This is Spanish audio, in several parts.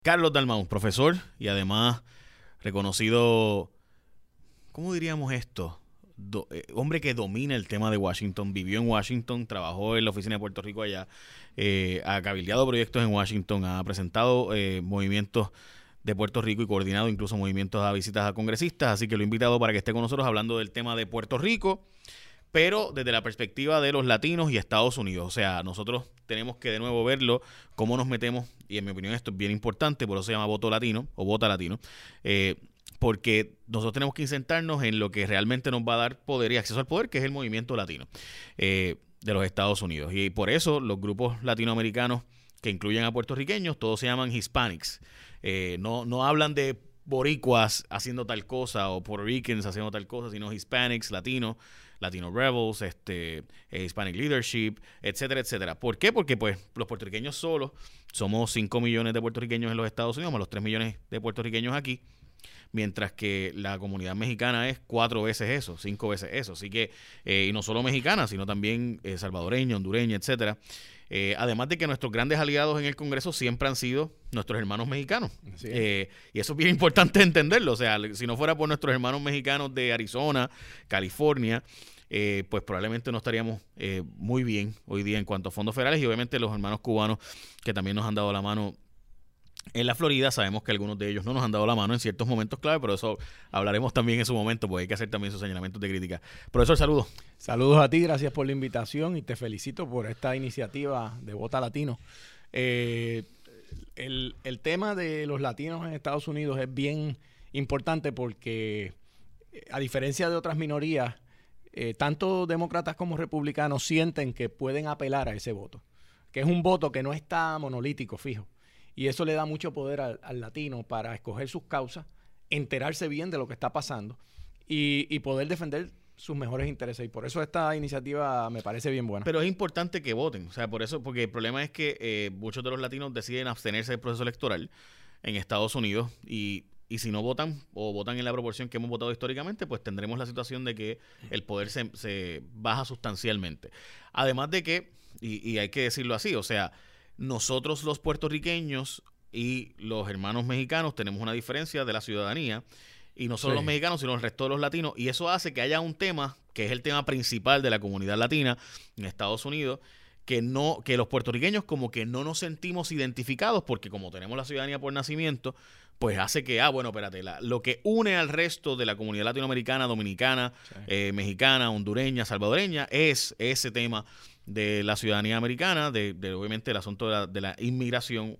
Carlos Dalmau, profesor y además reconocido, ¿cómo diríamos esto? Hombre que domina el tema de Washington, vivió en Washington, trabajó en la oficina de Puerto Rico allá, ha cabildeado proyectos en Washington, ha presentado movimientos de Puerto Rico y coordinado incluso movimientos a visitas a congresistas, así que lo he invitado para que esté con nosotros hablando del tema de Puerto Rico, pero desde la perspectiva de los latinos y Estados Unidos. O sea, nosotros tenemos que de nuevo verlo, cómo nos metemos, y en mi opinión esto es bien importante, por eso se llama voto latino o vota latino, porque nosotros tenemos que sentarnos en lo que realmente nos va a dar poder y acceso al poder, que es el movimiento latino de los Estados Unidos. Y por eso los grupos latinoamericanos que incluyen a puertorriqueños, todos se llaman Hispanics. No hablan de boricuas haciendo tal cosa o Puerto Ricans haciendo tal cosa, sino Hispanics, latinos, Latino Rebels, Hispanic Leadership, etcétera, etcétera. ¿Por qué? Porque pues los puertorriqueños solos somos 5 millones de puertorriqueños en los Estados Unidos, más los 3 millones de puertorriqueños aquí, mientras que la comunidad mexicana es 4 veces eso, 5 veces eso. Así que, y no solo mexicana, sino también salvadoreña, hondureña, etcétera. Además de que nuestros grandes aliados en el Congreso siempre han sido nuestros hermanos mexicanos. Y eso es bien importante entenderlo. O sea, si no fuera por nuestros hermanos mexicanos de Arizona, California, pues probablemente no estaríamos muy bien hoy día en cuanto a fondos federales, y obviamente los hermanos cubanos que también nos han dado la mano en la Florida. Sabemos que algunos de ellos no nos han dado la mano en ciertos momentos clave, pero eso hablaremos también en su momento, porque hay que hacer también sus señalamientos de crítica. Profesor, saludos. Saludos a ti, gracias por la invitación y te felicito por esta iniciativa de Vota Latino. El tema de los latinos en Estados Unidos es bien importante porque, a diferencia de otras minorías, tanto demócratas como republicanos sienten que pueden apelar a ese voto, que es un voto que no está monolítico, fijo. Y eso le da mucho poder al latino para escoger sus causas, enterarse bien de lo que está pasando y poder defender sus mejores intereses. Y por eso esta iniciativa me parece bien buena. Pero es importante que voten. O sea, por eso, porque el problema es que muchos de los latinos deciden abstenerse del proceso electoral en Estados Unidos y si no votan o votan en la proporción que hemos votado históricamente, pues tendremos la situación de que el poder se baja sustancialmente. Además de que, y hay que decirlo así, o sea, nosotros los puertorriqueños y los hermanos mexicanos tenemos una diferencia de la ciudadanía, y no solo los mexicanos, sino el resto de los latinos, y eso hace que haya un tema, que es el tema principal de la comunidad latina en Estados Unidos, que los puertorriqueños como que no nos sentimos identificados, porque como tenemos la ciudadanía por nacimiento, pues hace que, bueno, espérate, lo que une al resto de la comunidad latinoamericana, dominicana, mexicana, hondureña, salvadoreña, es ese tema de la ciudadanía americana, de obviamente el asunto de la inmigración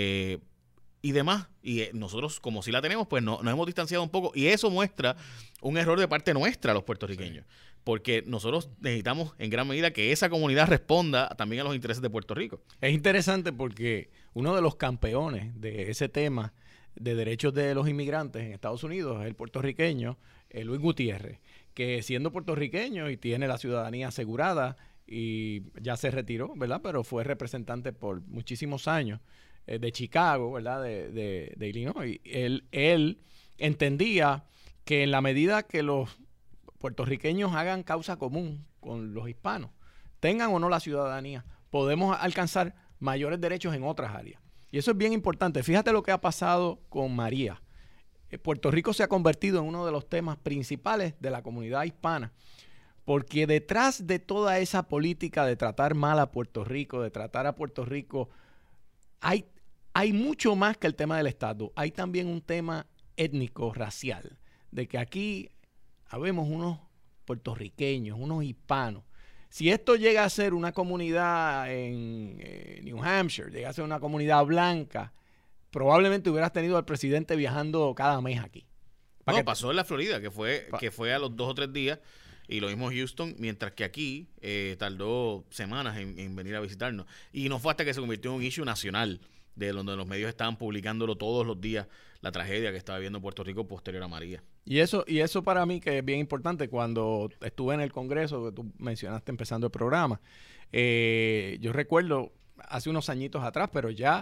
y demás. Y nosotros, como sí la tenemos, pues nos hemos distanciado un poco, y eso muestra un error de parte nuestra, los puertorriqueños. Porque nosotros necesitamos en gran medida que esa comunidad responda también a los intereses de Puerto Rico. Es interesante porque uno de los campeones de ese tema de derechos de los inmigrantes en Estados Unidos es el puertorriqueño Luis Gutiérrez, que siendo puertorriqueño y tiene la ciudadanía asegurada y ya se retiró, ¿verdad? Pero fue representante por muchísimos años de Chicago, ¿verdad? De Illinois. Él entendía que en la medida que los puertorriqueños hagan causa común con los hispanos, tengan o no la ciudadanía, podemos alcanzar mayores derechos en otras áreas. Y eso es bien importante. Fíjate lo que ha pasado con María. Puerto Rico se ha convertido en uno de los temas principales de la comunidad hispana, porque detrás de toda esa política de tratar mal a Puerto Rico, de tratar a Puerto Rico, hay mucho más que el tema del estatus. Hay también un tema étnico, racial, de que aquí habemos unos puertorriqueños, unos hispanos. Si esto llega a ser una comunidad en New Hampshire, llega a ser una comunidad blanca, probablemente hubieras tenido al presidente viajando cada mes aquí. Pasó en la Florida, que fue a los 2 o 3 días, y lo mismo Houston, mientras que aquí tardó semanas en venir a visitarnos. Y no fue hasta que se convirtió en un issue nacional, de donde los medios estaban publicándolo todos los días, la tragedia que estaba viviendo Puerto Rico posterior a María. Y eso para mí que es bien importante. Cuando estuve en el Congreso, que tú mencionaste empezando el programa, yo recuerdo hace unos añitos atrás, pero ya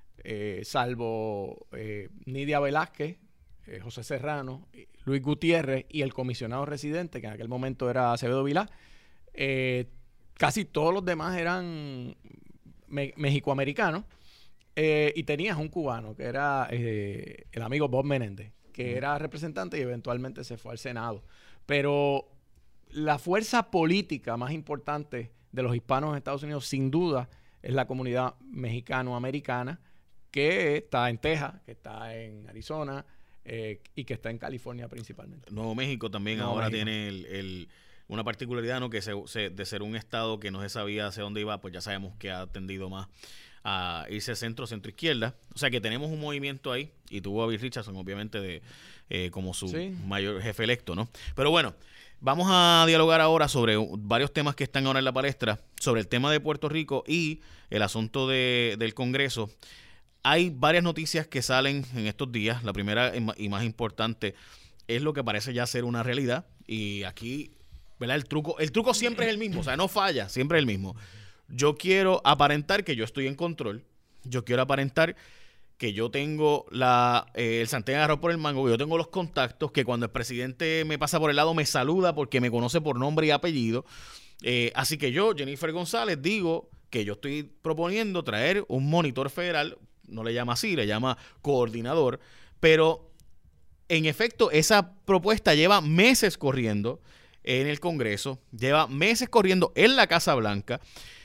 salvo Nidia Velázquez, José Serrano, Luis Gutiérrez y el comisionado residente, que en aquel momento era Acevedo Vilá, casi todos los demás eran mexicoamericanos. Y tenías un cubano que era el amigo Bob Menéndez, que era representante y eventualmente se fue al Senado. Pero la fuerza política más importante de los hispanos en Estados Unidos, sin duda, es la comunidad mexicano-americana, que está en Texas, que está en Arizona y que está en California principalmente. Nuevo México también Nuevo ahora México. tiene una particularidad, ¿no? Que de ser un estado que no se sabía hacia dónde iba, pues ya sabemos que ha tendido más a irse centro-izquierda. O sea que tenemos un movimiento ahí, y tuvo a Bill Richardson, obviamente, como su mayor jefe electo, ¿no? Pero bueno, vamos a dialogar ahora sobre varios temas que están ahora en la palestra, sobre el tema de Puerto Rico y el asunto del Congreso. Hay varias noticias que salen en estos días. La primera y más importante es lo que parece ya ser una realidad. Y aquí, ¿verdad? El truco siempre es el mismo, o sea, no falla, siempre es el mismo. Yo quiero aparentar que yo estoy en control. Yo quiero aparentar que yo tengo el sartén agarrado por el mango, que yo tengo los contactos, que cuando el presidente me pasa por el lado me saluda porque me conoce por nombre y apellido. Así que yo, Jennifer González, digo que yo estoy proponiendo traer un monitor federal, no le llama así, le llama coordinador, pero en efecto esa propuesta lleva meses corriendo en el Congreso, lleva meses corriendo en la Casa Blanca.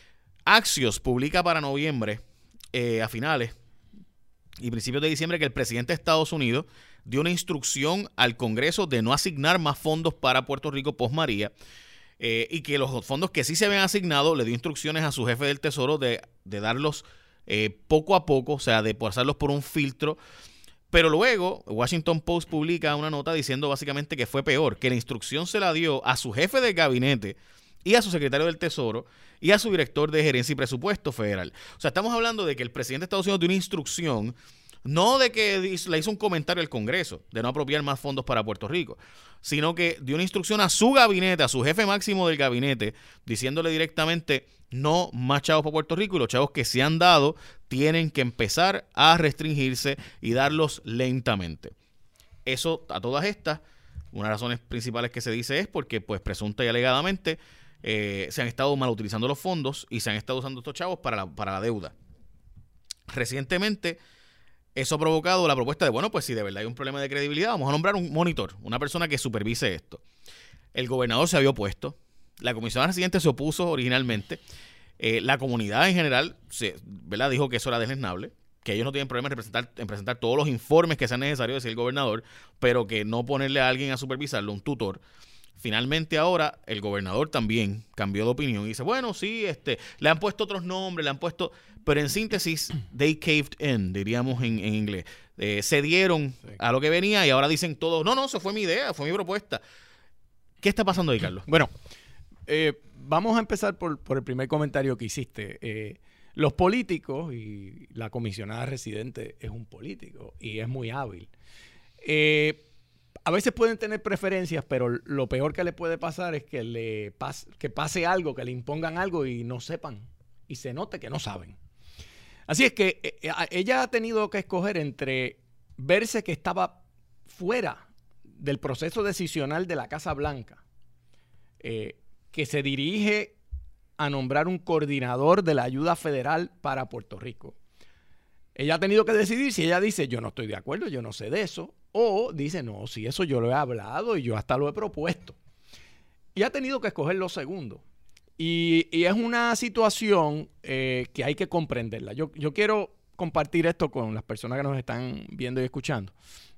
Axios publica para noviembre, a finales y principios de diciembre, que el presidente de Estados Unidos dio una instrucción al Congreso de no asignar más fondos para Puerto Rico post María, y que los fondos que sí se habían asignado le dio instrucciones a su jefe del Tesoro de darlos poco a poco, o sea, de pasarlos por un filtro. Pero luego Washington Post publica una nota diciendo básicamente que fue peor, que la instrucción se la dio a su jefe de gabinete y a su secretario del Tesoro y a su director de gerencia y presupuesto federal. O sea, estamos hablando de que el presidente de Estados Unidos dio una instrucción, no de que le hizo un comentario al Congreso de no apropiar más fondos para Puerto Rico, sino que dio una instrucción a su gabinete, a su jefe máximo del gabinete, diciéndole directamente: no más chavos para Puerto Rico, y los chavos que se han dado tienen que empezar a restringirse y darlos lentamente. Eso, a todas estas, una de las razones principales que se dice es porque, pues, presunta y alegadamente se han estado mal utilizando los fondos y se han estado usando estos chavos para la deuda. Recientemente, eso ha provocado la propuesta de, bueno, pues si de verdad hay un problema de credibilidad, vamos a nombrar un monitor, una persona que supervise esto. El gobernador se había opuesto, la comisionada residente se opuso originalmente, la comunidad en general, ¿verdad?, dijo que eso era desleznable, que ellos no tienen problema en presentar todos los informes que sean necesarios, decía el gobernador, pero que no ponerle a alguien a supervisarlo, un tutor. Finalmente ahora el gobernador también cambió de opinión y dice, bueno, sí, le han puesto otros nombres, le han puesto, pero en síntesis, they caved in, diríamos en inglés. Cedieron a lo que venía y ahora dicen todos, no, eso fue mi idea, fue mi propuesta. ¿Qué está pasando ahí, Carlos? Bueno, vamos a empezar por el primer comentario que hiciste. Los políticos, y la comisionada residente es un político y es muy hábil. A veces pueden tener preferencias, pero lo peor que le puede pasar es que pase algo, que le impongan algo y no sepan, y se note que no saben. Así es que ella ha tenido que escoger entre verse que estaba fuera del proceso decisional de la Casa Blanca, que se dirige a nombrar un coordinador de la ayuda federal para Puerto Rico. Ella ha tenido que decidir si ella dice, yo no estoy de acuerdo, yo no sé de eso, o dice, no, si eso yo lo he hablado y yo hasta lo he propuesto. Y ha tenido que escoger lo segundo. Y es una situación que hay que comprenderla. Yo quiero compartir esto con las personas que nos están viendo y escuchando.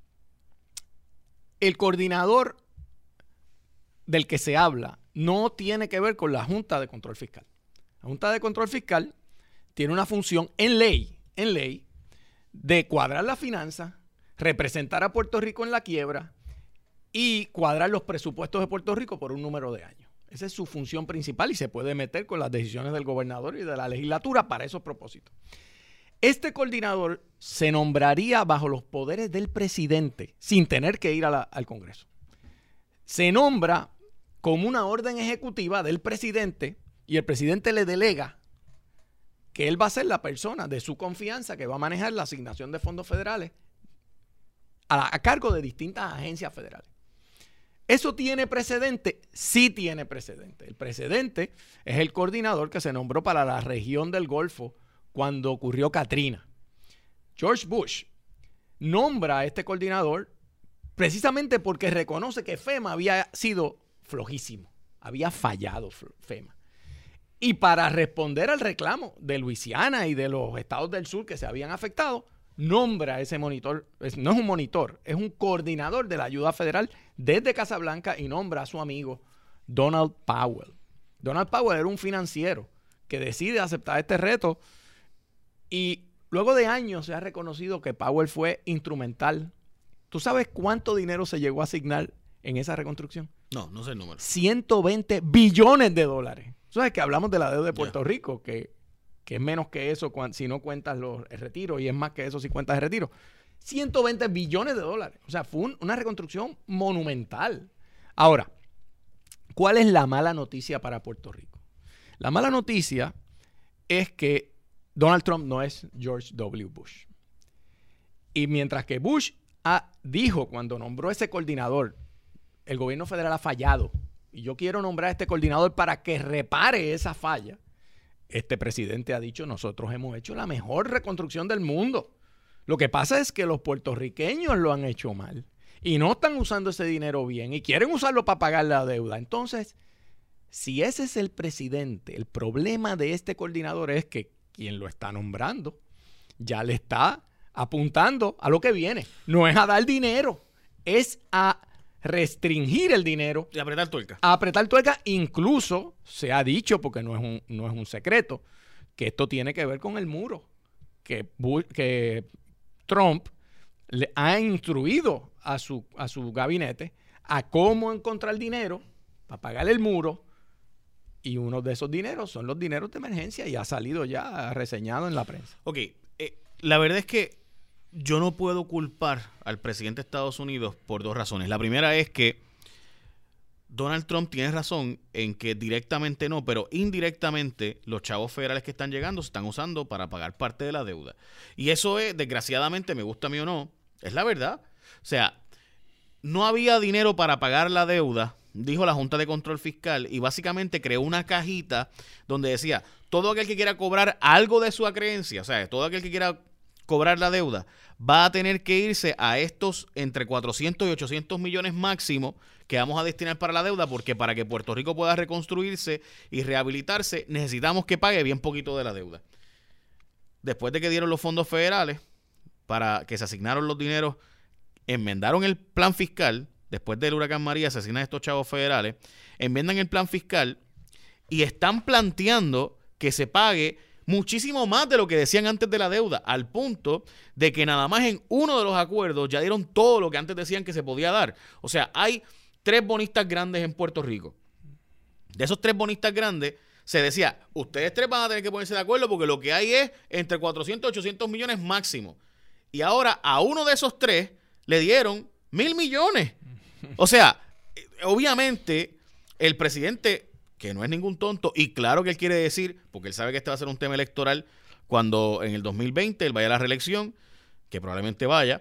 El coordinador del que se habla no tiene que ver con la Junta de Control Fiscal. La Junta de Control Fiscal tiene una función en ley, de cuadrar la finanza, representar a Puerto Rico en la quiebra y cuadrar los presupuestos de Puerto Rico por un número de años. Esa es su función principal y se puede meter con las decisiones del gobernador y de la legislatura para esos propósitos. Este coordinador se nombraría bajo los poderes del presidente sin tener que ir al Congreso. Se nombra como una orden ejecutiva del presidente y el presidente le delega que él va a ser la persona de su confianza que va a manejar la asignación de fondos federales a cargo de distintas agencias federales. ¿Eso tiene precedente? Sí tiene precedente. El precedente es el coordinador que se nombró para la región del Golfo cuando ocurrió Katrina. George Bush nombra a este coordinador precisamente porque reconoce que FEMA había sido flojísimo, había fallado FEMA. Y para responder al reclamo de Luisiana y de los estados del sur que se habían afectado, nombra a ese monitor, no es un monitor, es un coordinador de la ayuda federal desde Casablanca y nombra a su amigo Donald Powell. Donald Powell era un financiero que decide aceptar este reto y luego de años se ha reconocido que Powell fue instrumental. ¿Tú sabes cuánto dinero se llegó a asignar en esa reconstrucción? No sé el número. 120 billones de dólares. ¿Sabes que hablamos de la deuda de Puerto Rico? Que es menos que eso si no cuentas el retiro y es más que eso si cuentas el retiro. 120 billones de dólares. O sea, fue una reconstrucción monumental. Ahora, ¿cuál es la mala noticia para Puerto Rico? La mala noticia es que Donald Trump no es George W. Bush. Y mientras que Bush dijo cuando nombró ese coordinador, el gobierno federal ha fallado y yo quiero nombrar a este coordinador para que repare esa falla, este presidente ha dicho, nosotros hemos hecho la mejor reconstrucción del mundo. Lo que pasa es que los puertorriqueños lo han hecho mal y no están usando ese dinero bien y quieren usarlo para pagar la deuda. Entonces, si ese es el presidente, el problema de este coordinador es que quien lo está nombrando ya le está apuntando a lo que viene. No es a dar dinero, es a restringir el dinero. Y apretar tuerca. A apretar tuerca. Incluso se ha dicho, porque no es un secreto, que esto tiene que ver con el muro. Que Trump le ha instruido a su gabinete a cómo encontrar dinero para pagar el muro. Y uno de esos dineros son los dineros de emergencia y ha salido ya reseñado en la prensa. Ok, la verdad es que yo no puedo culpar al presidente de Estados Unidos por dos razones. La primera es que Donald Trump tiene razón en que directamente no, pero indirectamente los chavos federales que están llegando se están usando para pagar parte de la deuda. Y eso es, desgraciadamente, me gusta a mí o no, es la verdad. O sea, no había dinero para pagar la deuda, dijo la Junta de Control Fiscal, y básicamente creó una cajita donde decía, todo aquel que quiera cobrar algo de su acreencia, o sea, todo aquel que quiera cobrar la deuda, va a tener que irse a estos entre 400 y 800 millones máximo que vamos a destinar para la deuda, porque para que Puerto Rico pueda reconstruirse y rehabilitarse, necesitamos que pague bien poquito de la deuda. Después de que dieron los fondos federales, para que se asignaron los dineros, enmendaron el plan fiscal, después del huracán María se asignan estos chavos federales, enmiendan el plan fiscal y están planteando que se pague muchísimo más de lo que decían antes de la deuda, al punto de que nada más en uno de los acuerdos ya dieron todo lo que antes decían que se podía dar. O sea, hay 3 bonistas grandes en Puerto Rico. De esos 3 bonistas grandes, se decía, ustedes 3 van a tener que ponerse de acuerdo porque lo que hay es entre 400 y 800 millones máximo. Y ahora a uno de esos 3 le dieron 1,000 millones. O sea, obviamente el presidente, que no es ningún tonto, y claro que él quiere decir, porque él sabe que este va a ser un tema electoral, cuando en el 2020 él vaya a la reelección, que probablemente vaya,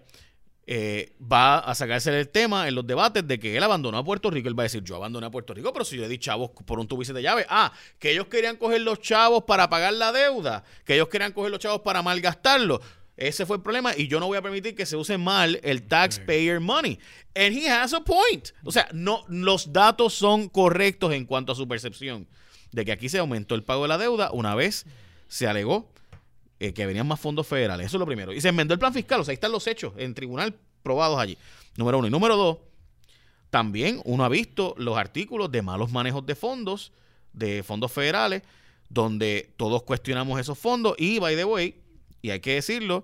va a sacarse el tema en los debates de que él abandonó a Puerto Rico. Él va a decir, yo abandoné a Puerto Rico, pero si yo le di chavos por un tubo de llave. Que ellos querían coger los chavos para pagar la deuda, que ellos querían coger los chavos para malgastarlos. Ese fue el problema y yo no voy a permitir que se use mal el taxpayer money. And he has a point. O sea, no, los datos son correctos en cuanto a su percepción de que aquí se aumentó el pago de la deuda una vez se alegó que venían más fondos federales. Eso es lo primero. Y se enmendó el plan fiscal. O sea, ahí están los hechos en tribunal probados allí. Número 1. Y número 2, también uno ha visto los artículos de malos manejos de fondos federales, donde todos cuestionamos esos fondos. Y, by the way, y hay que decirlo,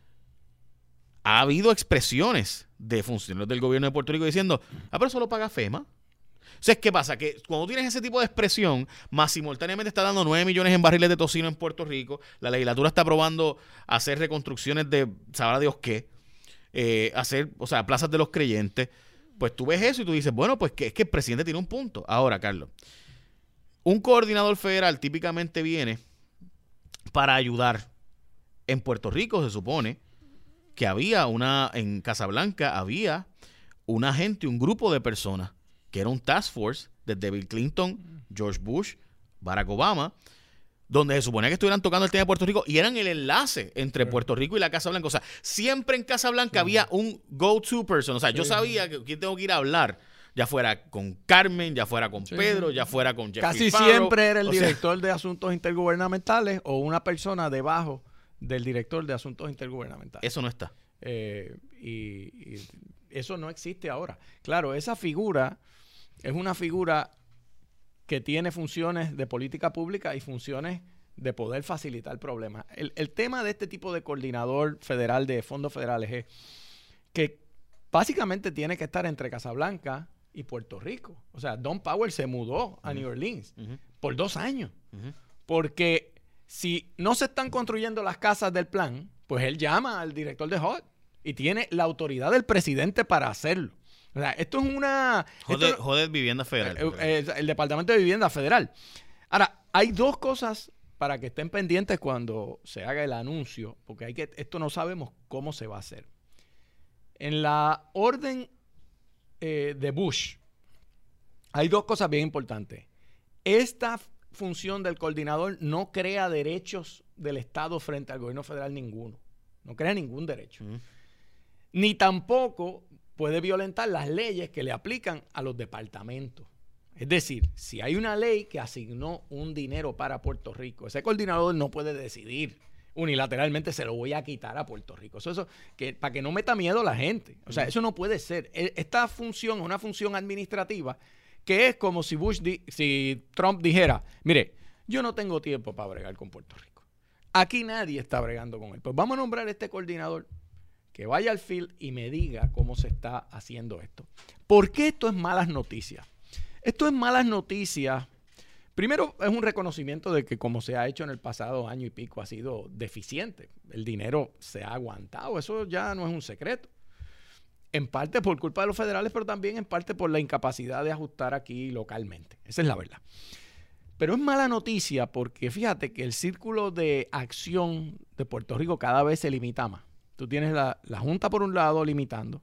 ha habido expresiones de funcionarios del gobierno de Puerto Rico diciendo, pero eso lo paga FEMA. O sea, ¿qué pasa? Que cuando tienes ese tipo de expresión, más simultáneamente está dando 9 millones en barriles de tocino en Puerto Rico, la legislatura está aprobando hacer reconstrucciones de, sabrá Dios qué, hacer, o sea, plazas de los creyentes, pues tú ves eso y tú dices, bueno, pues que es que el presidente tiene un punto. Ahora, Carlos, un coordinador federal típicamente viene para ayudar. En Puerto Rico se supone que en Casablanca había una gente, un grupo de personas, que era un task force desde Bill Clinton, George Bush, Barack Obama, donde se suponía que estuvieran tocando el tema de Puerto Rico y eran el enlace entre Puerto Rico y la Casa Blanca. O sea, siempre en Casa Blanca había un go-to person. O sea, yo sabía que quién tengo que ir a hablar. Ya fuera con Carmen, ya fuera con Pedro, ya fuera con Jeffrey Casi Farrow. siempre era el director de Asuntos Intergubernamentales o una persona debajo del director de Asuntos Intergubernamentales. Eso no está. Y eso no existe ahora. Claro, esa figura es una figura que tiene funciones de política pública y funciones de poder facilitar problemas. El tema de este tipo de coordinador federal de fondos federales es que básicamente tiene que estar entre Casablanca y Puerto Rico. O sea, Don Powell se mudó a New Orleans por 2 años. Porque si no se están construyendo las casas del plan, pues él llama al director de HUD y tiene la autoridad del presidente para hacerlo. O sea, esto es una... HUD es Vivienda Federal. El Departamento de Vivienda Federal. Ahora, hay 2 cosas para que estén pendientes cuando se haga el anuncio, porque esto no sabemos cómo se va a hacer. En la orden de Bush, hay 2 cosas bien importantes. Esta función del coordinador no crea derechos del Estado frente al gobierno federal ninguno. No crea ningún derecho. Ni tampoco puede violentar las leyes que le aplican a los departamentos. Es decir, si hay una ley que asignó un dinero para Puerto Rico, ese coordinador no puede decidir unilateralmente se lo voy a quitar a Puerto Rico. Eso para que no meta miedo a la gente. O sea, eso no puede ser. Esta función es una función administrativa que es como si si Trump dijera, mire, yo no tengo tiempo para bregar con Puerto Rico. Aquí nadie está bregando con él. Pues vamos a nombrar a este coordinador que vaya al field y me diga cómo se está haciendo esto. ¿Por qué esto es malas noticias? Esto es malas noticias. Primero, es un reconocimiento de que como se ha hecho en el pasado año y pico ha sido deficiente. El dinero se ha aguantado. Eso ya no es un secreto. En parte por culpa de los federales, pero también en parte por la incapacidad de ajustar aquí localmente. Esa es la verdad. Pero es mala noticia porque fíjate que el círculo de acción de Puerto Rico cada vez se limita más. Tú tienes la Junta por un lado limitando.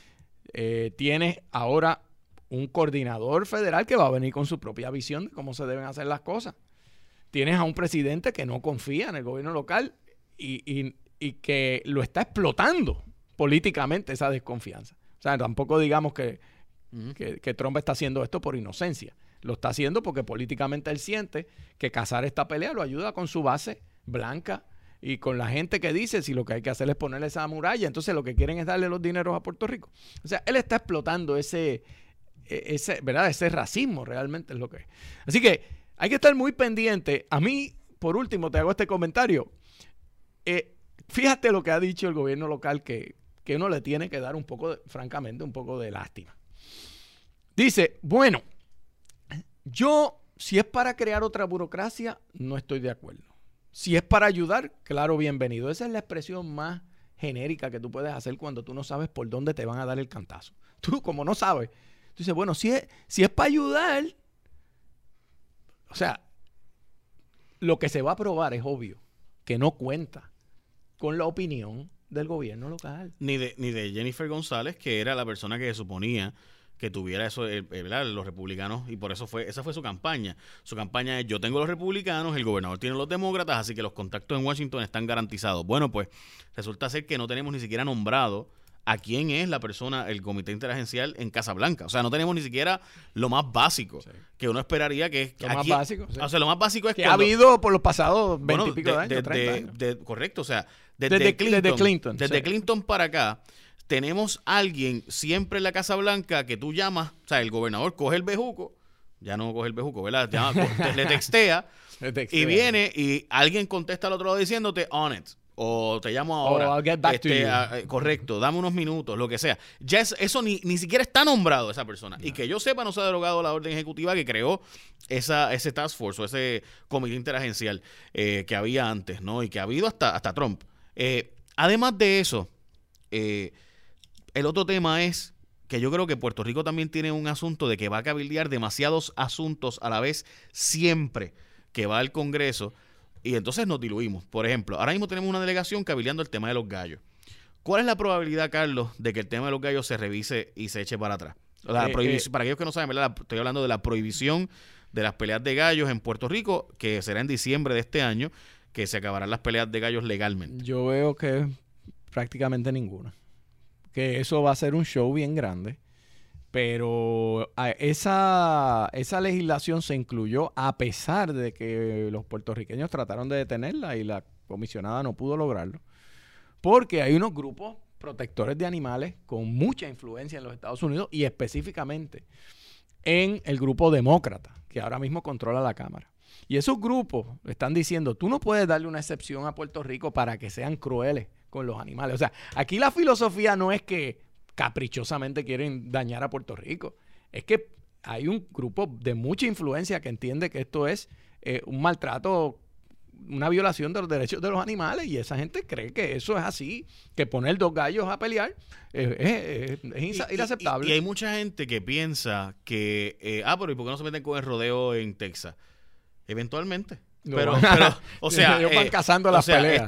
Tienes ahora un coordinador federal que va a venir con su propia visión de cómo se deben hacer las cosas. Tienes a un presidente que no confía en el gobierno local y que lo está explotando políticamente esa desconfianza. O sea, tampoco digamos que Trump está haciendo esto por inocencia. Lo está haciendo porque políticamente él siente que cazar esta pelea lo ayuda con su base blanca y con la gente que dice si lo que hay que hacer es ponerle esa muralla, entonces lo que quieren es darle los dineros a Puerto Rico. O sea, él está explotando ese racismo realmente es lo que es. Así que hay que estar muy pendiente. A mí, por último, te hago este comentario. Fíjate lo que ha dicho el gobierno local que uno le tiene que dar francamente, un poco de lástima. Dice, bueno, yo, si es para crear otra burocracia, no estoy de acuerdo. Si es para ayudar, claro, bienvenido. Esa es la expresión más genérica que tú puedes hacer cuando tú no sabes por dónde te van a dar el cantazo. Tú, como no sabes, tú dices, bueno, si es para ayudar, o sea, lo que se va a aprobar es obvio que no cuenta con la opinión del gobierno local. Ni de Jennifer González, que era la persona que se suponía que tuviera eso, ¿verdad? Los republicanos, y por eso esa fue su campaña. Su campaña es, yo tengo los republicanos, el gobernador tiene los demócratas, así que los contactos en Washington están garantizados. Bueno, pues resulta ser que no tenemos ni siquiera nombrado a quién es la persona, el comité interagencial en Casablanca. O sea, no tenemos ni siquiera lo más básico que uno esperaría que es... Lo más básico. Sí. O sea, lo más básico es que ha habido por los pasados 20 y pico de años, 30 años. Correcto, o sea, desde Clinton para acá, tenemos alguien siempre en la Casa Blanca que tú llamas, o sea, el gobernador coge el bejuco, ya no coge el bejuco, ¿verdad? Le textea y viene y alguien contesta al otro lado diciéndote, on it. O te llamo ahora. I'll get back to you. Correcto, dame unos minutos, lo que sea. Ya eso ni siquiera está nombrado esa persona. No. Y que yo sepa, no se ha derogado la orden ejecutiva que creó ese task force o ese comité interagencial que había antes, ¿no? Y que ha habido hasta Trump. Además de eso, el otro tema es que yo creo que Puerto Rico también tiene un asunto de que va a cabildear demasiados asuntos a la vez siempre que va al Congreso. Y entonces nos diluimos. Por ejemplo, ahora mismo tenemos una delegación cabildeando el tema de los gallos. ¿Cuál es la probabilidad, Carlos, de que el tema de los gallos se revise y se eche para atrás? Para aquellos que no saben, ¿verdad? Estoy hablando de la prohibición de las peleas de gallos en Puerto Rico, que será en diciembre de este año, que se acabarán las peleas de gallos legalmente? Yo veo que prácticamente ninguna. Que eso va a ser un show bien grande. Pero esa legislación se incluyó a pesar de que los puertorriqueños trataron de detenerla y la comisionada no pudo lograrlo. Porque hay unos grupos protectores de animales con mucha influencia en los Estados Unidos y específicamente en el grupo demócrata, que ahora mismo controla la Cámara. Y esos grupos están diciendo, tú no puedes darle una excepción a Puerto Rico para que sean crueles con los animales. O sea, aquí la filosofía no es que caprichosamente quieren dañar a Puerto Rico. Es que hay un grupo de mucha influencia que entiende que esto es un maltrato, una violación de los derechos de los animales, y esa gente cree que eso es así, que poner 2 gallos a pelear es inaceptable. Y hay mucha gente que piensa que, pero ¿y por qué no se meten con el rodeo en Texas? Eventualmente. No. Pero o sea, ellos van cazando las peleas.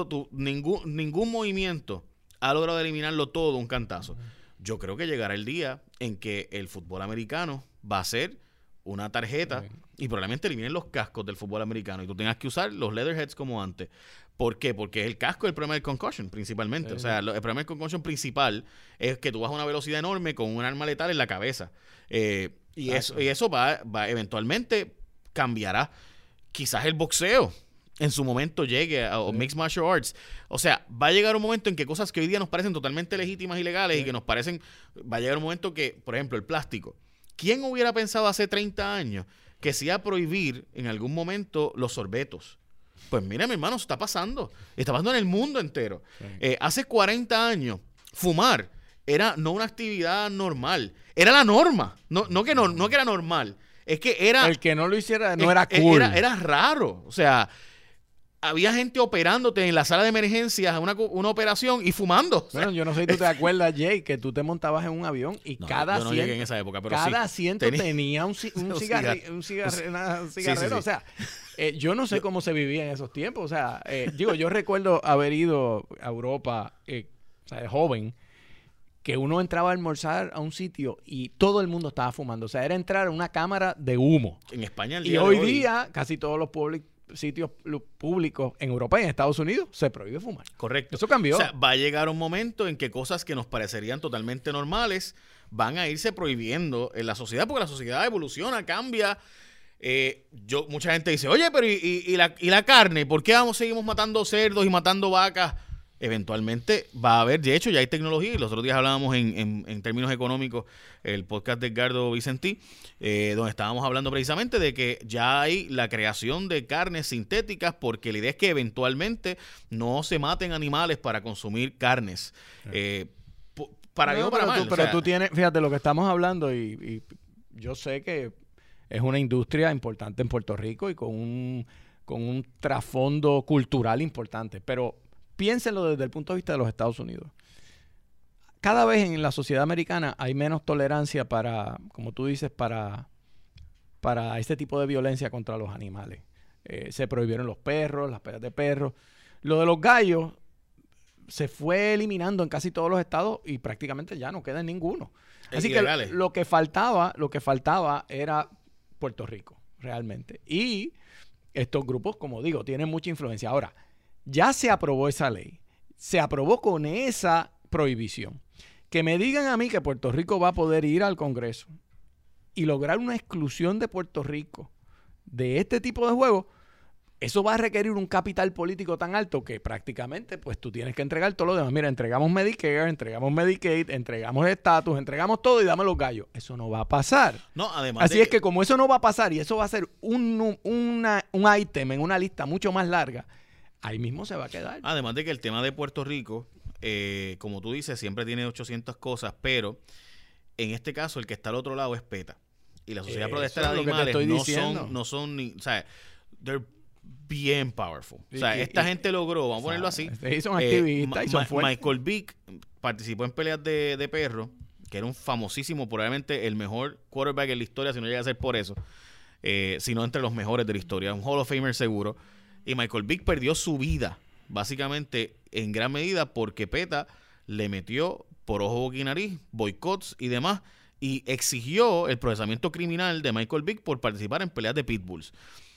Ningún movimiento ha logrado eliminarlo todo de un cantazo. Yo creo que llegará el día en que el fútbol americano va a ser una tarjeta y probablemente eliminen los cascos del fútbol americano y tú tengas que usar los leatherheads como antes. ¿Por qué? Porque el casco es el problema del concussion principalmente. O sea, el problema del concussion principal es que tú vas a una velocidad enorme con un arma letal en la cabeza. Y eso va eventualmente cambiará. Quizás el boxeo en su momento llegue a Mixed Martial Arts. O sea, va a llegar un momento en que cosas que hoy día nos parecen totalmente legítimas y legales y que nos parecen... Va a llegar un momento que, por ejemplo, el plástico. ¿Quién hubiera pensado hace 30 años que se iba a prohibir en algún momento los sorbetos? Pues mira, mi hermano, eso está pasando. Está pasando en el mundo entero. Sí. Hace 40 años, fumar era no una actividad normal. Era la norma. No que era normal. Es que era... El que no lo hiciera no era cool. Era raro. O sea... Había gente operándote en la sala de emergencias, una operación y fumando. Bueno, yo no sé si tú te acuerdas, Jay, que tú te montabas en un avión y cada asiento... Yo no llegué en esa época, pero cada asiento tenía un cigarrero. O sea, yo no sé cómo se vivía en esos tiempos. O sea, yo recuerdo haber ido a Europa, o sea, de joven, que uno entraba a almorzar a un sitio y todo el mundo estaba fumando. O sea, era entrar a una cámara de humo. En España el día de hoy. Y hoy día, casi todos los sitios públicos en Europa y en Estados Unidos se prohíbe fumar. Correcto. Eso cambió. O sea, va a llegar un momento en que cosas que nos parecerían totalmente normales van a irse prohibiendo en la sociedad, porque la sociedad evoluciona, cambia. Mucha gente dice, oye, pero ¿y la carne? ¿Por qué seguimos matando cerdos y matando vacas? Eventualmente va a haber, de hecho ya hay tecnología, y los otros días hablábamos en términos económicos, el podcast de Edgardo Vicentí, donde estábamos hablando precisamente de que ya hay la creación de carnes sintéticas, porque la idea es que eventualmente no se maten animales para consumir carnes. Para bien o para mal. Pero tú tienes, fíjate, lo que estamos hablando, y yo sé que es una industria importante en Puerto Rico y con un trasfondo cultural importante, pero piénsenlo desde el punto de vista de los Estados Unidos. Cada vez en la sociedad americana hay menos tolerancia para, como tú dices, para este tipo de violencia contra los animales. Se prohibieron los perros, las peleas de perros. Lo de los gallos se fue eliminando en casi todos los estados y prácticamente ya no queda en ninguno. Así que lo que faltaba era Puerto Rico, realmente. Y estos grupos, como digo, tienen mucha influencia. Ahora, ya se aprobó esa ley. Se aprobó con esa prohibición. Que me digan a mí que Puerto Rico va a poder ir al Congreso y lograr una exclusión de Puerto Rico de este tipo de juegos, eso va a requerir un capital político tan alto que prácticamente pues tú tienes que entregar todo lo demás. Mira, entregamos Medicare, entregamos Medicaid, entregamos estatus, entregamos todo y dame los gallos. Eso no va a pasar. No, además Así es que como eso no va a pasar y eso va a ser un ítem en una lista mucho más larga, ahí mismo se va a quedar. Además de que el tema de Puerto Rico, como tú dices, siempre tiene 800 cosas, pero en este caso el que está al otro lado es PETA. Y la Sociedad Protesta de Animales no son ni... O sea, they're bien powerful. O sea, esta gente logró, vamos a ponerlo así. Son activistas y son fuertes. Michael Vick participó en peleas de perros, que era un famosísimo, probablemente el mejor quarterback en la historia, si no llega a ser por eso, sino entre los mejores de la historia. Un Hall of Famer seguro. Y Michael Vick perdió su vida, básicamente, en gran medida porque PETA le metió por ojo, boca y nariz, boicots y demás, y exigió el procesamiento criminal de Michael Vick por participar en peleas de pitbulls.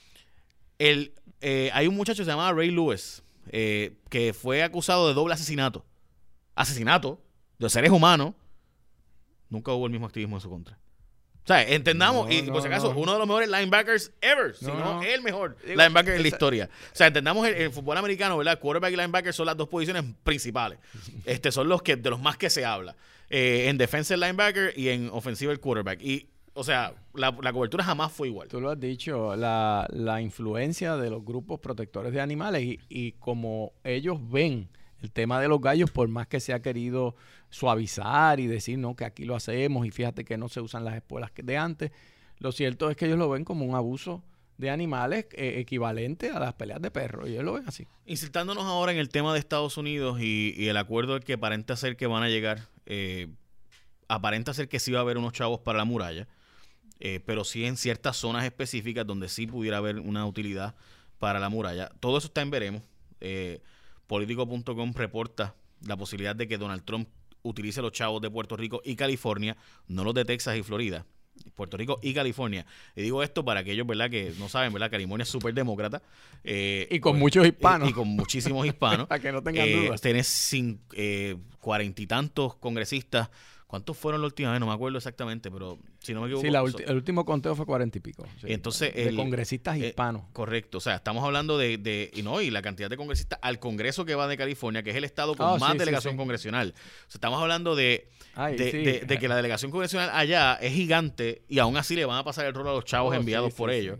Hay un muchacho que se llamaba Ray Lewis, que fue acusado de doble asesinato. Asesinato de seres humanos. Nunca hubo el mismo activismo en su contra. O sea, entendamos, por si acaso, uno de los mejores linebackers ever, si no el mejor linebacker en la historia. O sea, entendamos el fútbol americano, ¿verdad? Quarterback y linebacker son las dos posiciones principales. Son los que de los más que se habla. En defensa el linebacker y en ofensiva el quarterback. Y, o sea, la cobertura jamás fue igual. Tú lo has dicho, la influencia de los grupos protectores de animales y como ellos ven el tema de los gallos, por más que se ha querido suavizar y decir, no, que aquí lo hacemos y fíjate que no se usan las espuelas de antes, lo cierto es que ellos lo ven como un abuso de animales equivalente a las peleas de perros, y ellos lo ven así. Insertándonos ahora en el tema de Estados Unidos y el acuerdo al que aparenta ser que van a llegar, aparenta ser que sí va a haber unos chavos para la muralla, pero sí en ciertas zonas específicas donde sí pudiera haber una utilidad para la muralla. Todo eso está en veremos. Político.com reporta la posibilidad de que Donald Trump utilice los chavos de Puerto Rico y California, no los de Texas y Florida, Puerto Rico y California. Y digo esto para aquellos, ¿verdad?, que no saben, ¿verdad? California es súper demócrata. Y con muchos hispanos. Y con muchísimos hispanos. Para que no tengan dudas. Tienes 40 y tantos congresistas. ¿Cuántos fueron la última vez? No me acuerdo exactamente, pero si no me equivoco. Sí, el último conteo fue 40 y pico. Sí, entonces, de congresistas hispanos. Correcto. O sea, estamos hablando y la cantidad de congresistas al Congreso que va de California, que es el estado con más delegación congresional. O sea, estamos hablando de que la delegación congresional allá es gigante y aún así le van a pasar el rol a los chavos enviados por ellos.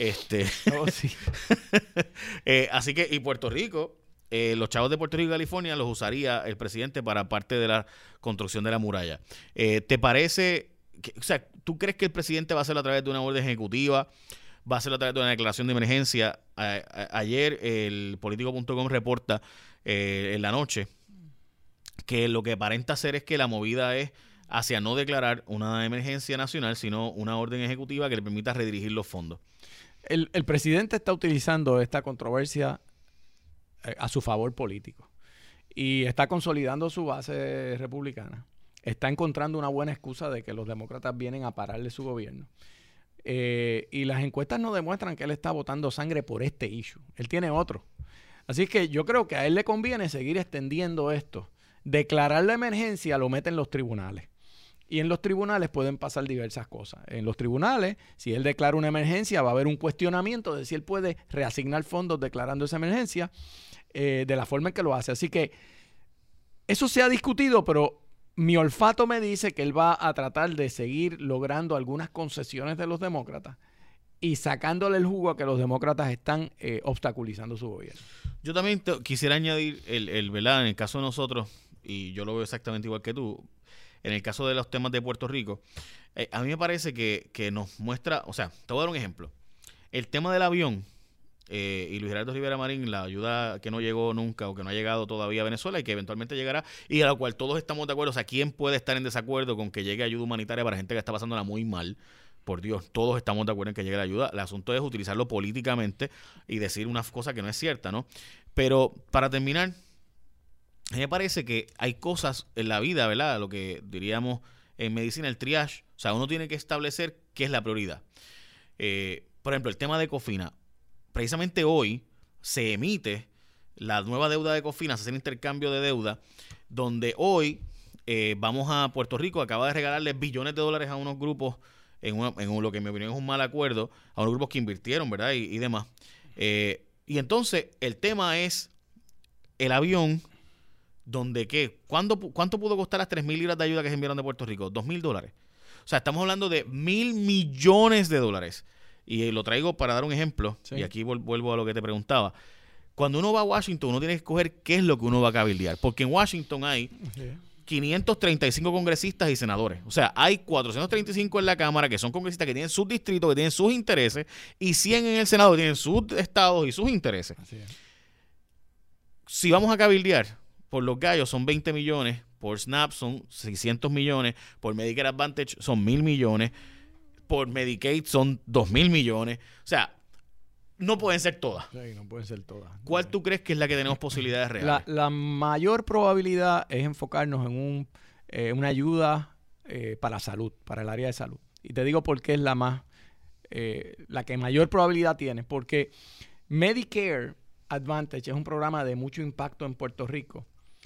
Así que, y Puerto Rico... los chavos de Puerto Rico y California los usaría el presidente para parte de la construcción de la muralla. ¿Te parece, o sea, tú crees que el presidente va a hacerlo a través de una orden ejecutiva? ¿Va a hacerlo a través de una declaración de emergencia? Ayer el Político.com reporta en la noche que lo que aparenta ser es que la movida es hacia no declarar una emergencia nacional, sino una orden ejecutiva que le permita redirigir los fondos. El presidente está utilizando esta controversia a su favor político y está consolidando su base republicana. Está encontrando una buena excusa de que los demócratas vienen a pararle su gobierno. Y las encuestas no demuestran que él está botando sangre por este issue. Él tiene otro. Así que yo creo que a él le conviene seguir extendiendo esto. Declarar la emergencia lo mete en los tribunales. Y en los tribunales pueden pasar diversas cosas. En los tribunales, si él declara una emergencia, va a haber un cuestionamiento de si él puede reasignar fondos declarando esa emergencia de la forma en que lo hace. Así que eso se ha discutido, pero mi olfato me dice que él va a tratar de seguir logrando algunas concesiones de los demócratas y sacándole el jugo a que los demócratas están obstaculizando su gobierno. Yo también quisiera añadir, ¿verdad? En el caso de nosotros, y yo lo veo exactamente igual que tú, en el caso de los temas de Puerto Rico, a mí me parece que nos muestra, o sea, te voy a dar un ejemplo. El tema del avión, y Luis Gerardo Rivera Marín, la ayuda que no llegó nunca o que no ha llegado todavía a Venezuela y que eventualmente llegará, y a la cual todos estamos de acuerdo. O sea, ¿quién puede estar en desacuerdo con que llegue ayuda humanitaria para gente que está pasándola muy mal? Por Dios, todos estamos de acuerdo en que llegue la ayuda. El asunto es utilizarlo políticamente y decir una cosa que no es cierta, ¿no? Pero para terminar, a mí me parece que hay cosas en la vida, ¿verdad? Lo que diríamos en medicina, el triage. O sea, uno tiene que establecer qué es la prioridad. Por ejemplo, el tema de Cofina. Precisamente hoy se emite la nueva deuda de Cofina, se hace el intercambio de deuda, donde hoy vamos a Puerto Rico, acaba de regalarle billones de dólares a unos grupos, en lo que en mi opinión es un mal acuerdo, a unos grupos que invirtieron, ¿verdad? Y demás. Y entonces el tema es el avión, donde ¿qué? ¿Cuánto pudo costar las 3,000 libras de ayuda que se enviaron de Puerto Rico? $2,000. O sea, estamos hablando de $1,000 millones. Y lo traigo para dar un ejemplo, sí. Y aquí vuelvo a lo que te preguntaba. Cuando uno va a Washington, uno tiene que escoger qué es lo que uno va a cabildear. Porque en Washington hay 535 congresistas y senadores. O sea, hay 435 en la Cámara que son congresistas que tienen sus distritos, que tienen sus intereses, y 100 en el Senado que tienen sus estados y sus intereses. Así es. Si vamos a cabildear, por los gallos son 20 millones, por SNAP son 600 millones, por Medicare Advantage son 1,000 millones, por Medicaid son 2,000 millones. O sea, no pueden ser todas. Sí, no pueden ser todas. ¿Cuál tú crees que es la que tenemos posibilidades reales? La mayor probabilidad es enfocarnos en una ayuda para salud, para el área de salud. Y te digo por qué es la que mayor probabilidad tiene, porque Medicare Advantage es un programa de mucho impacto en Puerto Rico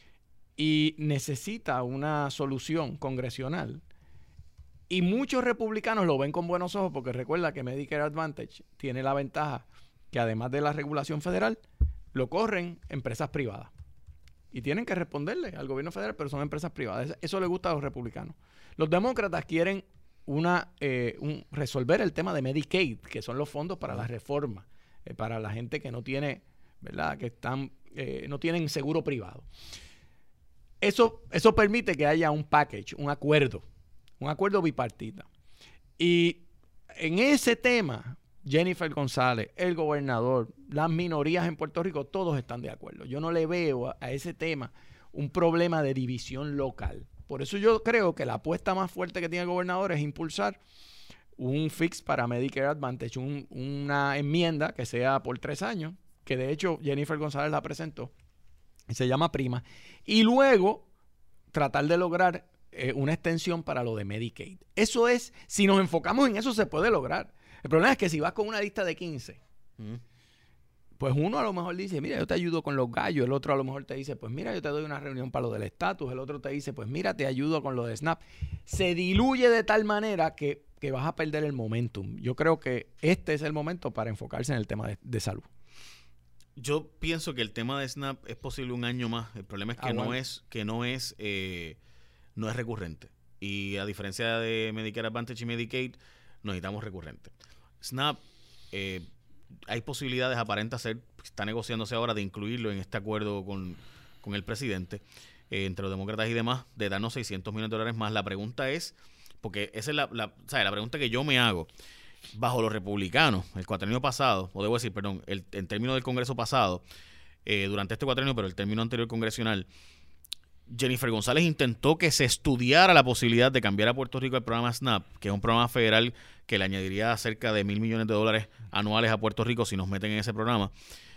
y necesita una solución congresional. Y muchos republicanos lo ven con buenos ojos porque recuerda que Medicare Advantage tiene la ventaja que además de la regulación federal, lo corren empresas privadas. Y tienen que responderle al gobierno federal, pero son empresas privadas. Eso le gusta a los republicanos. Los demócratas quieren resolver el tema de Medicaid, que son los fondos para la reforma, para la gente que no tiene, ¿verdad? Que no tienen seguro privado. Eso permite que haya un package, un acuerdo bipartita. Y en ese tema, Jennifer González, el gobernador, las minorías en Puerto Rico, todos están de acuerdo. Yo no le veo a ese tema un problema de división local. Por eso yo creo que la apuesta más fuerte que tiene el gobernador es impulsar un fix para Medicare Advantage, una enmienda que sea por 3 años, que de hecho Jennifer González la presentó, y se llama Prima, y luego tratar de lograr una extensión para lo de Medicaid. Eso es, si nos enfocamos en eso, se puede lograr. El problema es que si vas con una lista de 15, pues uno a lo mejor dice, mira, yo te ayudo con los gallos. El otro a lo mejor te dice, pues mira, yo te doy una reunión para lo del estatus. El otro te dice, pues mira, te ayudo con lo de SNAP. Se diluye de tal manera que vas a perder el momentum. Yo creo que este es el momento para enfocarse en el tema de salud. Yo pienso que el tema de SNAP es posible un año más. El problema es que no es recurrente. Y a diferencia de Medicare Advantage y Medicaid, necesitamos recurrente. SNAP, hay posibilidades, aparenta ser, está negociándose ahora de incluirlo en este acuerdo con el presidente, entre los demócratas y demás, de darnos $600 millones más. La pregunta es, porque esa es la pregunta que yo me hago, bajo los republicanos, el cuatrienio pasado, o debo decir, perdón, en términos del Congreso pasado, durante este cuatrienio, pero el término anterior congresional, Jennifer González intentó que se estudiara la posibilidad de cambiar a Puerto Rico el programa SNAP, que es un programa federal que le añadiría cerca de $1,000 millones anuales a Puerto Rico si nos meten en ese programa,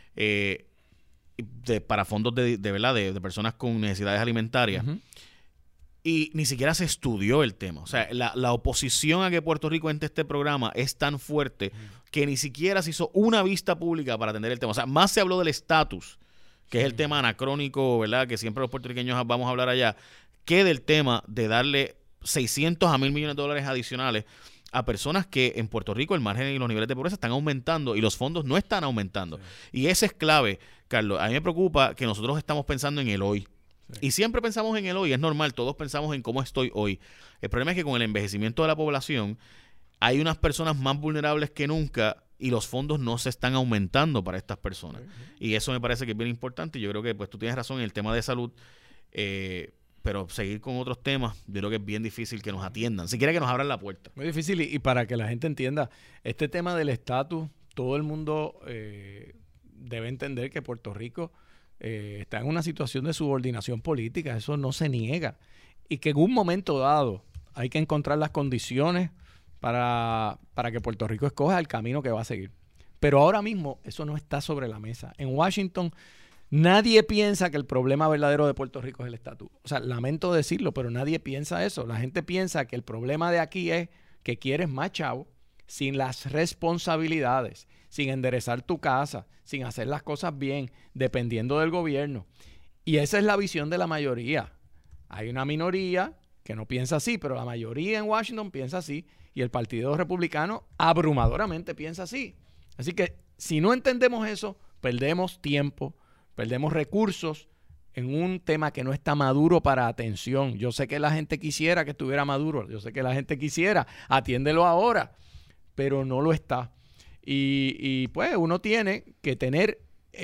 para fondos de personas con necesidades alimentarias. Uh-huh. Y ni siquiera se estudió el tema. O sea, la oposición a que Puerto Rico entre este programa es tan fuerte que ni siquiera se hizo una vista pública para atender el tema. O sea, más se habló del estatus, que es el tema anacrónico, ¿verdad? Que siempre los puertorriqueños vamos a hablar allá, que del tema de darle 600 a 1,000 millones de dólares adicionales a personas que en Puerto Rico el margen y los niveles de pobreza están aumentando y los fondos no están aumentando. Sí. Y ese es clave, Carlos. A mí me preocupa que nosotros estamos pensando en el hoy. Sí. Y siempre pensamos en el hoy, es normal, todos pensamos en cómo estoy hoy. El problema es que con el envejecimiento de la población hay unas personas más vulnerables que nunca y los fondos no se están aumentando para estas personas. Y eso me parece que es bien importante y yo creo que pues tú tienes razón en el tema de salud, pero seguir con otros temas, yo creo que es bien difícil que nos atiendan, siquiera que nos abran la puerta. Muy difícil y para que la gente entienda, este tema del estatus, todo el mundo debe entender que Puerto Rico está en una situación de subordinación política, eso no se niega. Y que en un momento dado hay que encontrar las condiciones para que Puerto Rico escoja el camino que va a seguir. Pero ahora mismo eso no está sobre la mesa. En Washington nadie piensa que el problema verdadero de Puerto Rico es el estatus. O sea, lamento decirlo, pero nadie piensa eso. La gente piensa que el problema de aquí es que quieres más chavo sin las responsabilidades, sin enderezar tu casa, sin hacer las cosas bien, dependiendo del gobierno. Y esa es la visión de la mayoría. Hay una minoría que no piensa así, pero la mayoría en Washington piensa así. Y el Partido Republicano abrumadoramente piensa así. Así que si no entendemos eso, perdemos tiempo, perdemos recursos en un tema que no está maduro para atención. Yo sé que la gente quisiera que estuviera maduro, yo sé que la gente quisiera, atiéndelo ahora, pero no lo está. Y pues uno tiene que tener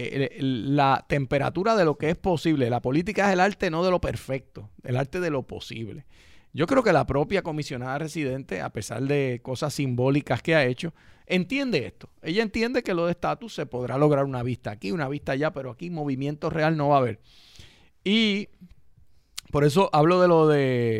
la temperatura de lo que es posible. La política es el arte no de lo perfecto, el arte de lo posible. Yo creo que la propia comisionada residente, a pesar de cosas simbólicas que ha hecho, entiende esto. Ella entiende que lo de estatus se podrá lograr una vista aquí, una vista allá, pero aquí movimiento real no va a haber. Y por eso hablo de lo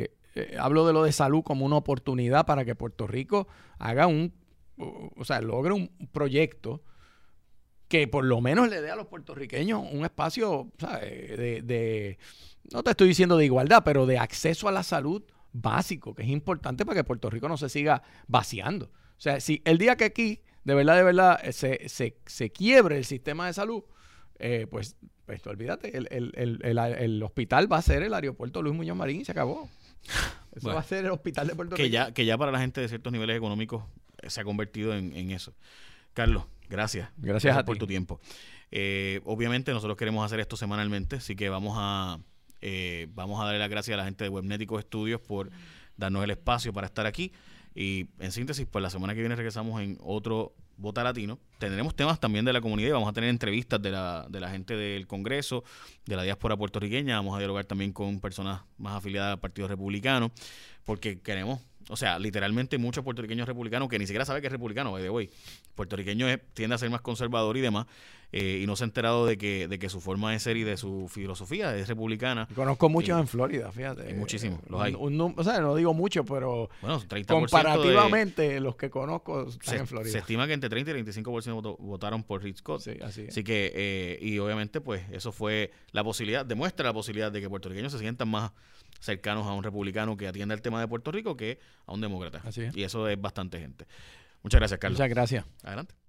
de salud como una oportunidad para que Puerto Rico haga logre un proyecto que por lo menos le dé a los puertorriqueños un espacio, ¿sabes? No te estoy diciendo de igualdad, pero de acceso a la salud básico, que es importante para que Puerto Rico no se siga vaciando. O sea, si el día que aquí, de verdad, se quiebre el sistema de salud, pues olvídate, el hospital va a ser el aeropuerto Luis Muñoz Marín y se acabó. Eso va a ser el hospital de Puerto Rico. Que ya para la gente de ciertos niveles económicos se ha convertido en eso. Carlos, gracias. Gracias a ti por tu tiempo. Obviamente nosotros queremos hacer esto semanalmente, así que vamos a darle las gracias a la gente de Webnéticos Estudios por darnos el espacio para estar aquí. Y en síntesis, pues la semana que viene regresamos en otro Vota Latino. Tendremos temas también de la comunidad y vamos a tener entrevistas de la gente del Congreso, de la diáspora puertorriqueña. Vamos a dialogar también con personas más afiliadas al Partido Republicano, porque queremos, o sea, literalmente muchos puertorriqueños republicanos que ni siquiera saben que es republicano, by the way. Puertorriqueño tiende a ser más conservador y demás, y no se ha enterado de que su forma de ser y de su filosofía es republicana. Conozco muchos en Florida, fíjate. Muchísimos, los hay. O sea, no digo mucho, pero bueno, 30% comparativamente los que conozco están en Florida. Se estima que entre 30 y 35% votaron por Rick Scott. Sí, así que, y obviamente, pues, eso fue la posibilidad, demuestra la posibilidad de que puertorriqueños se sientan más cercanos a un republicano que atienda el tema de Puerto Rico que a un demócrata. Así es. Y eso es bastante gente. Muchas gracias, Carlos. Muchas gracias. Adelante.